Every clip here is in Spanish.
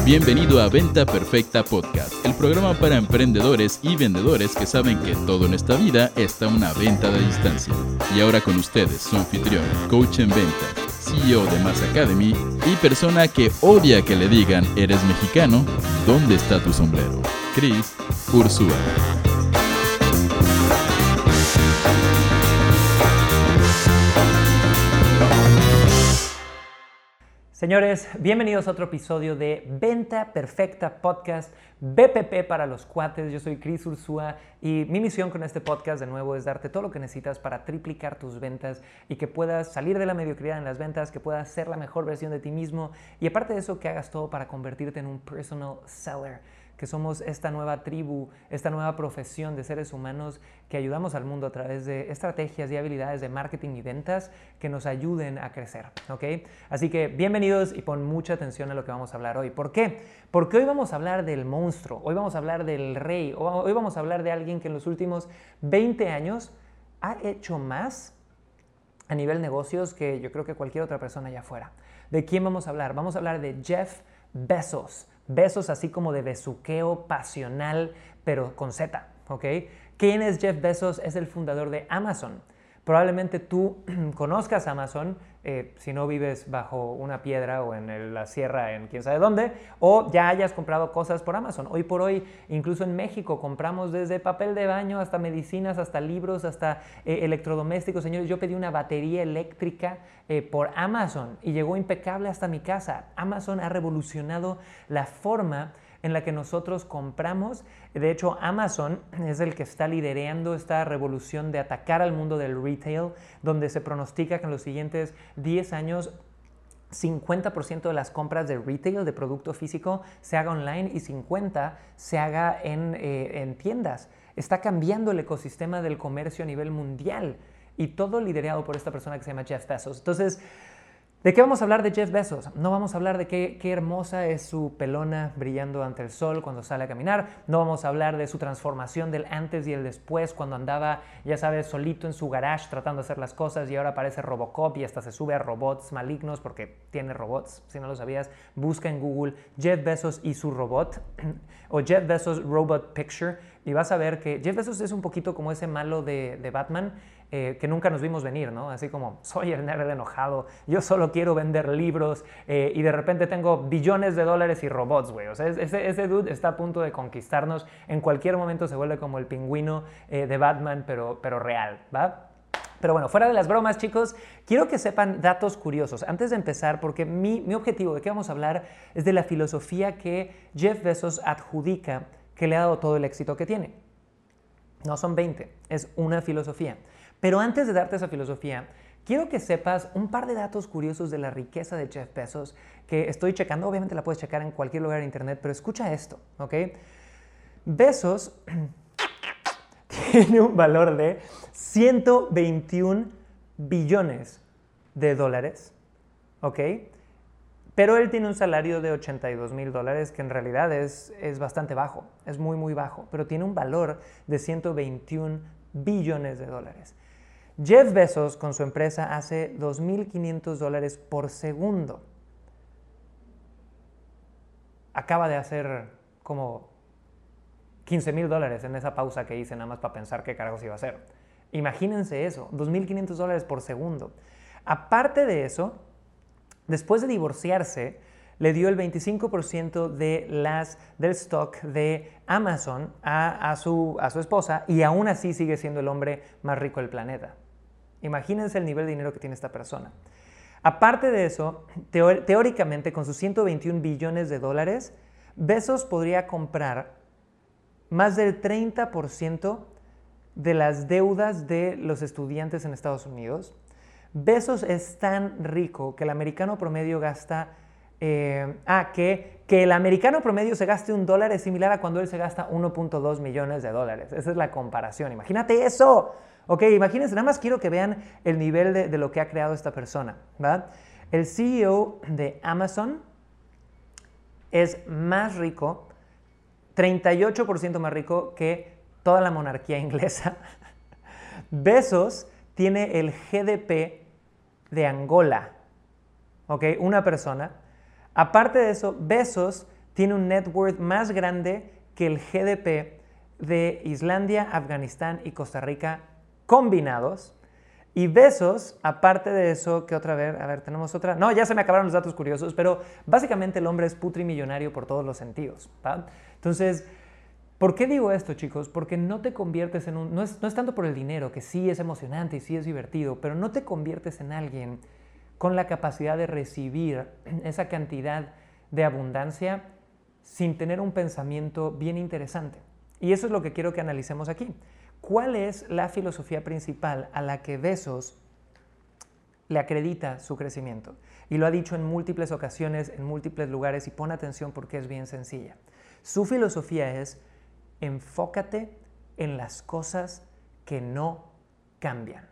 Bienvenido a Venta Perfecta Podcast, el programa para emprendedores y vendedores que saben que todo en esta vida está a una venta de distancia. Y ahora con ustedes, su anfitrión, coach en ventas, CEO de Mass Academy y persona que odia que le digan ¿eres mexicano? ¿Dónde está tu sombrero? Chris Ursúa. Señores, bienvenidos a otro episodio de Venta Perfecta Podcast, BPP para los cuates. Yo soy Chris Ursúa y mi misión con este podcast de nuevo es darte todo lo que necesitas para triplicar tus ventas y que puedas salir de la mediocridad en las ventas, que puedas ser la mejor versión de ti mismo y aparte de eso que hagas todo para convertirte en un personal seller, que somos esta nueva tribu, esta nueva profesión de seres humanos que ayudamos al mundo a través de estrategias y habilidades de marketing y ventas que nos ayuden a crecer, ¿ok? Así que bienvenidos y pon mucha atención a lo que vamos a hablar hoy. ¿Por qué? Porque hoy vamos a hablar del monstruo, hoy vamos a hablar del rey, hoy vamos a hablar de alguien que en los últimos 20 años ha hecho más a nivel negocios que yo creo que cualquier otra persona allá afuera. ¿De quién vamos a hablar? Vamos a hablar de Jeff Bezos. Bezos así como de besuqueo pasional, pero con Z, ¿ok? ¿Quién es Jeff Bezos? Es el fundador de Amazon. Probablemente tú conozcas Amazon, si no vives bajo una piedra o en la sierra en quién sabe dónde, o ya hayas comprado cosas por Amazon. Hoy por hoy, incluso en México, compramos desde papel de baño hasta medicinas, hasta libros, hasta electrodomésticos. Señores, yo pedí una batería eléctrica por Amazon y llegó impecable hasta mi casa. Amazon ha revolucionado la forma en la que nosotros compramos. De hecho, Amazon es el que está liderando esta revolución de atacar al mundo del retail, donde se pronostica que en los siguientes 10 años 50% de las compras de retail, de producto físico, se haga online y 50% se haga en tiendas. Está cambiando el ecosistema del comercio a nivel mundial y todo liderado por esta persona que se llama Jeff Bezos. Entonces, ¿de qué vamos a hablar de Jeff Bezos? No vamos a hablar de qué hermosa es su pelona brillando ante el sol cuando sale a caminar. No vamos a hablar de su transformación del antes y el después cuando andaba, ya sabes, solito en su garage tratando de hacer las cosas y ahora parece Robocop y hasta se sube a robots malignos porque tiene robots. Si no lo sabías, busca en Google Jeff Bezos y su robot o Jeff Bezos Robot Picture y vas a ver que Jeff Bezos es un poquito como ese malo de Batman, que nunca nos vimos venir, ¿no? Así como, soy el nerd enojado, yo solo quiero vender libros y de repente tengo billones de dólares y robots, güey. O sea, ese dude está a punto de conquistarnos. En cualquier momento se vuelve como el pingüino de Batman, pero real, ¿va? Pero bueno, fuera de las bromas, chicos, quiero que sepan datos curiosos. Antes de empezar, porque mi objetivo de qué vamos a hablar es de la filosofía que Jeff Bezos adjudica que le ha dado todo el éxito que tiene. No son 20, es una filosofía. Pero antes de darte esa filosofía, quiero que sepas un par de datos curiosos de la riqueza de Jeff Bezos que estoy checando. Obviamente la puedes checar en cualquier lugar de internet, pero escucha esto, ¿ok? Bezos tiene un valor de 121 billones de dólares, ¿ok? Pero él tiene un salario de $82,000, que en realidad es bastante bajo, es muy, muy bajo, pero tiene un valor de 121 billones de dólares. Jeff Bezos con su empresa hace $2,500 por segundo. Acaba de hacer como $15,000 en esa pausa que hice nada más para pensar qué carajos iba a hacer. Imagínense eso, $2,500 por segundo. Aparte de eso, después de divorciarse, le dio el 25% del stock de Amazon a su esposa y aún así sigue siendo el hombre más rico del planeta. Imagínense el nivel de dinero que tiene esta persona. Aparte de eso, teóricamente con sus 121 billones de dólares, Bezos podría comprar más del 30% de las deudas de los estudiantes en Estados Unidos. Bezos es tan rico que el americano promedio gasta que el americano promedio se gaste $1 es similar a cuando él se gasta 1.2 millones de dólares. Esa es la comparación. Imagínate eso. Ok, imagínense, nada más quiero que vean el nivel de lo que ha creado esta persona, ¿va? El CEO de Amazon es más rico, 38% más rico que toda la monarquía inglesa. Bezos tiene el GDP de Angola, ¿ok? Una persona. Aparte de eso, Bezos tiene un net worth más grande que el GDP de Islandia, Afganistán y Costa Rica combinados. Y Bezos, aparte de eso, ¿qué otra? A ver, tenemos otra. No, ya se me acabaron los datos curiosos, pero básicamente el hombre es putrimillonario por todos los sentidos, ¿va? Entonces, ¿por qué digo esto, chicos? Porque no te conviertes en un... No es tanto por el dinero, que sí es emocionante y sí es divertido, pero no te conviertes en alguien con la capacidad de recibir esa cantidad de abundancia sin tener un pensamiento bien interesante. Y eso es lo que quiero que analicemos aquí. ¿Cuál es la filosofía principal a la que Bezos le acredita su crecimiento? Y lo ha dicho en múltiples ocasiones, en múltiples lugares, y pon atención porque es bien sencilla. Su filosofía es: enfócate en las cosas que no cambian.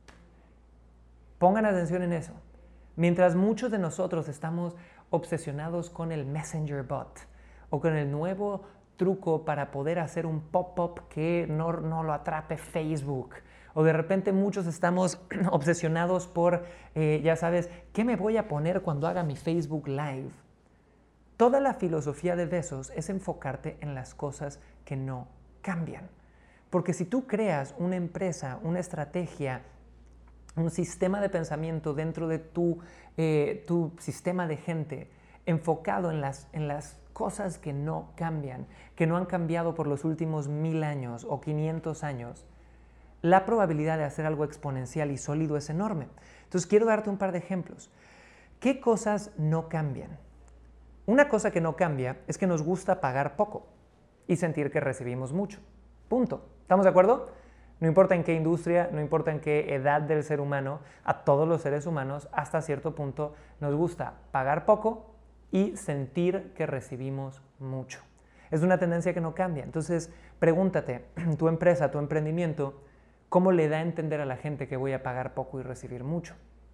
Pongan atención en eso. Mientras muchos de nosotros estamos obsesionados con el Messenger Bot o con el nuevo truco para poder hacer un pop-up que no lo atrape Facebook, o de repente muchos estamos obsesionados por, ya sabes, ¿qué me voy a poner cuando haga mi Facebook Live? Toda la filosofía de Bezos es enfocarte en las cosas que no cambian. Porque si tú creas una empresa, una estrategia, un sistema de pensamiento dentro de tu sistema de gente enfocado en las cosas que no cambian, que no han cambiado por los últimos 1000 años o 500 años, la probabilidad de hacer algo exponencial y sólido es enorme. Entonces quiero darte un par de ejemplos. ¿Qué cosas no cambian? Una cosa que no cambia es que nos gusta pagar poco y sentir que recibimos mucho. Punto. ¿Estamos de acuerdo? No importa en qué industria, no importa en qué edad del ser humano, a todos los seres humanos hasta cierto punto nos gusta pagar poco y sentir que recibimos mucho. Es una tendencia que no cambia. Entonces, pregúntate, tu empresa, tu emprendimiento, ¿cómo le da a entender a la gente que voy a pagar poco y recibir mucho?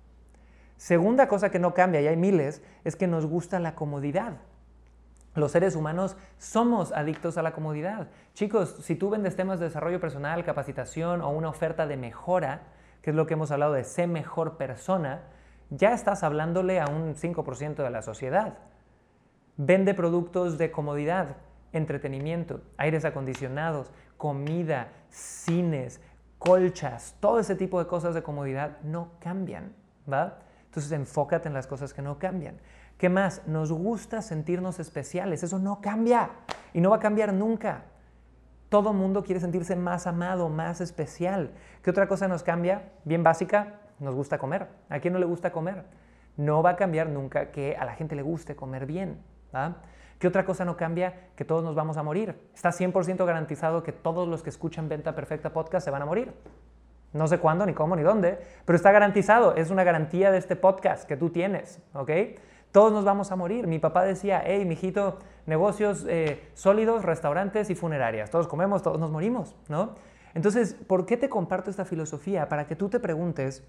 Segunda cosa que no cambia, y hay miles, es que nos gusta la comodidad. Los seres humanos somos adictos a la comodidad. Chicos, si tú vendes temas de desarrollo personal, capacitación o una oferta de mejora, que es lo que hemos hablado de ser mejor persona, ya estás hablándole a un 5% de la sociedad. Vende productos de comodidad, entretenimiento, aires acondicionados, comida, cines, colchas, todo ese tipo de cosas de comodidad no cambian, ¿va? Entonces enfócate en las cosas que no cambian. ¿Qué más? Nos gusta sentirnos especiales, eso no cambia y no va a cambiar nunca. Todo mundo quiere sentirse más amado, más especial. ¿Qué otra cosa nos cambia? Bien básica, nos gusta comer. ¿A quién no le gusta comer? No va a cambiar nunca que a la gente le guste comer bien, ¿va? ¿Qué otra cosa no cambia? Que todos nos vamos a morir. Está 100% garantizado que todos los que escuchan Venta Perfecta Podcast se van a morir. No sé cuándo, ni cómo, ni dónde, pero está garantizado. Es una garantía de este podcast que tú tienes, ¿ok? Todos nos vamos a morir. Mi papá decía, hey, mijito, negocios sólidos, restaurantes y funerarias. Todos comemos, todos nos morimos, ¿no? Entonces, ¿por qué te comparto esta filosofía? Para que tú te preguntes,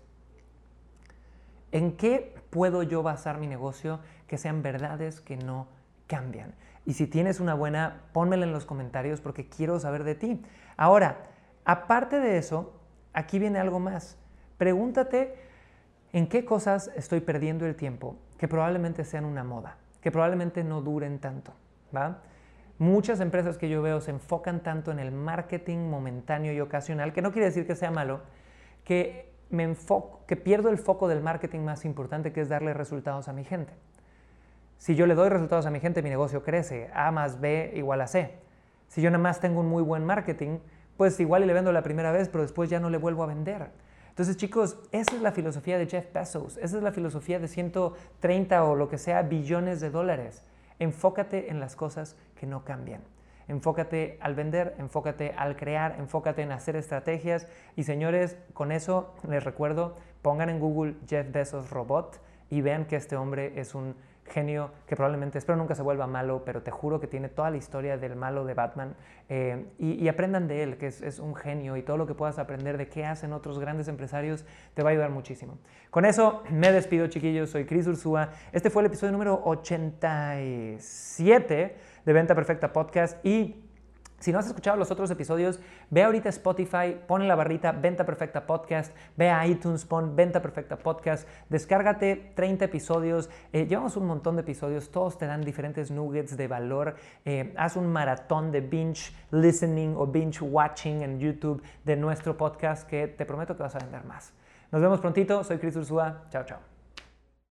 ¿en qué puedo yo basar mi negocio que sean verdades que no cambian? Y si tienes una buena, pónmela en los comentarios porque quiero saber de ti. Ahora, aparte de eso, aquí viene algo más. Pregúntate en qué cosas estoy perdiendo el tiempo que probablemente sean una moda, que probablemente no duren tanto, ¿va? Muchas empresas que yo veo se enfocan tanto en el marketing momentáneo y ocasional, que no quiere decir que sea malo, que pierdo el foco del marketing más importante, que es darle resultados a mi gente. Si yo le doy resultados a mi gente, mi negocio crece. A más B igual a C. Si yo nada más tengo un muy buen marketing, pues igual y le vendo la primera vez, pero después ya no le vuelvo a vender. Entonces, chicos, esa es la filosofía de Jeff Bezos. Esa es la filosofía de 130 o lo que sea billones de dólares. Enfócate en las cosas que no cambian. Enfócate al vender, enfócate al crear, enfócate en hacer estrategias. Y señores, con eso les recuerdo, pongan en Google Jeff Bezos robot y vean que este hombre es un genio que probablemente, espero nunca se vuelva malo, pero te juro que tiene toda la historia del malo de Batman, y aprendan de él, que es un genio, y todo lo que puedas aprender de qué hacen otros grandes empresarios te va a ayudar muchísimo. Con eso me despido, chiquillos. Soy Cris Ursúa. Este fue el episodio número 87 de Venta Perfecta Podcast, y Si no has escuchado los otros episodios, ve ahorita a Spotify, pon en la barrita Venta Perfecta Podcast, ve a iTunes, pon Venta Perfecta Podcast, descárgate 30 episodios, llevamos un montón de episodios, todos te dan diferentes nuggets de valor, haz un maratón de binge listening o binge watching en YouTube de nuestro podcast que te prometo que vas a vender más. Nos vemos prontito, soy Cris Ursúa, chao chao.